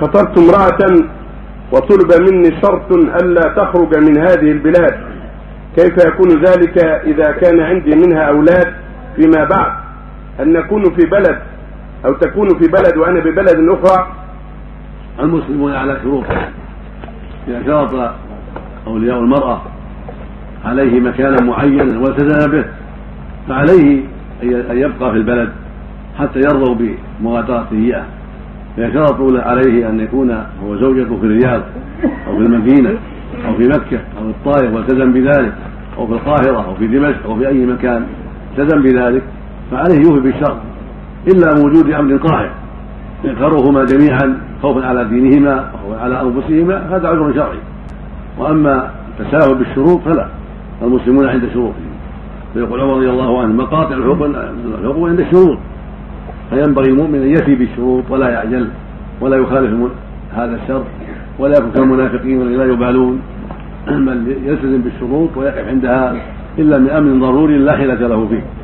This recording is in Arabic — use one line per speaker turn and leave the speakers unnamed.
خطبت امرأة وطلب مني شرط ألا تخرج من هذه البلاد، كيف يكون ذلك إذا كان عندي منها أولاد فيما بعد؟ أن نكون في بلد أو تكون في بلد وأنا ببلد أخرى؟
المسلمون على شروط، إذا شرط أولياء المرأة عليه مكانا معينا والتزم به فعليه أن يبقى في البلد حتى يرضوا بمغادرته إياه. إذا شرطوا عليه أن يكون هو زوجته في الرياض أو في المدينة أو في مكة أو الطائف والتزم بذلك، أو في القاهرة أو في دمشق أو في أي مكان التزم بذلك، فعليه يوفي بالشرط إلا وجود أمر قاهر ينكرهما جميعا خوفا على دينهما وخوفا على أنفسهما، هذا عذر شرعي. وأما التساهل بالشروط فلا، المسلمون عند شروطهم. فيقول عمر رضي الله عنه: مقاطع الحقوق عند الشروط. فينبغي المؤمن أن يفي بالشروط ولا يعجل ولا يخالف هذا الشرط ولا يكون كالمنافقين الذين لا يبالون، بل يلتزم بالشروط ويقف عندها إلا من أمر ضروري لا حيلة له فيه.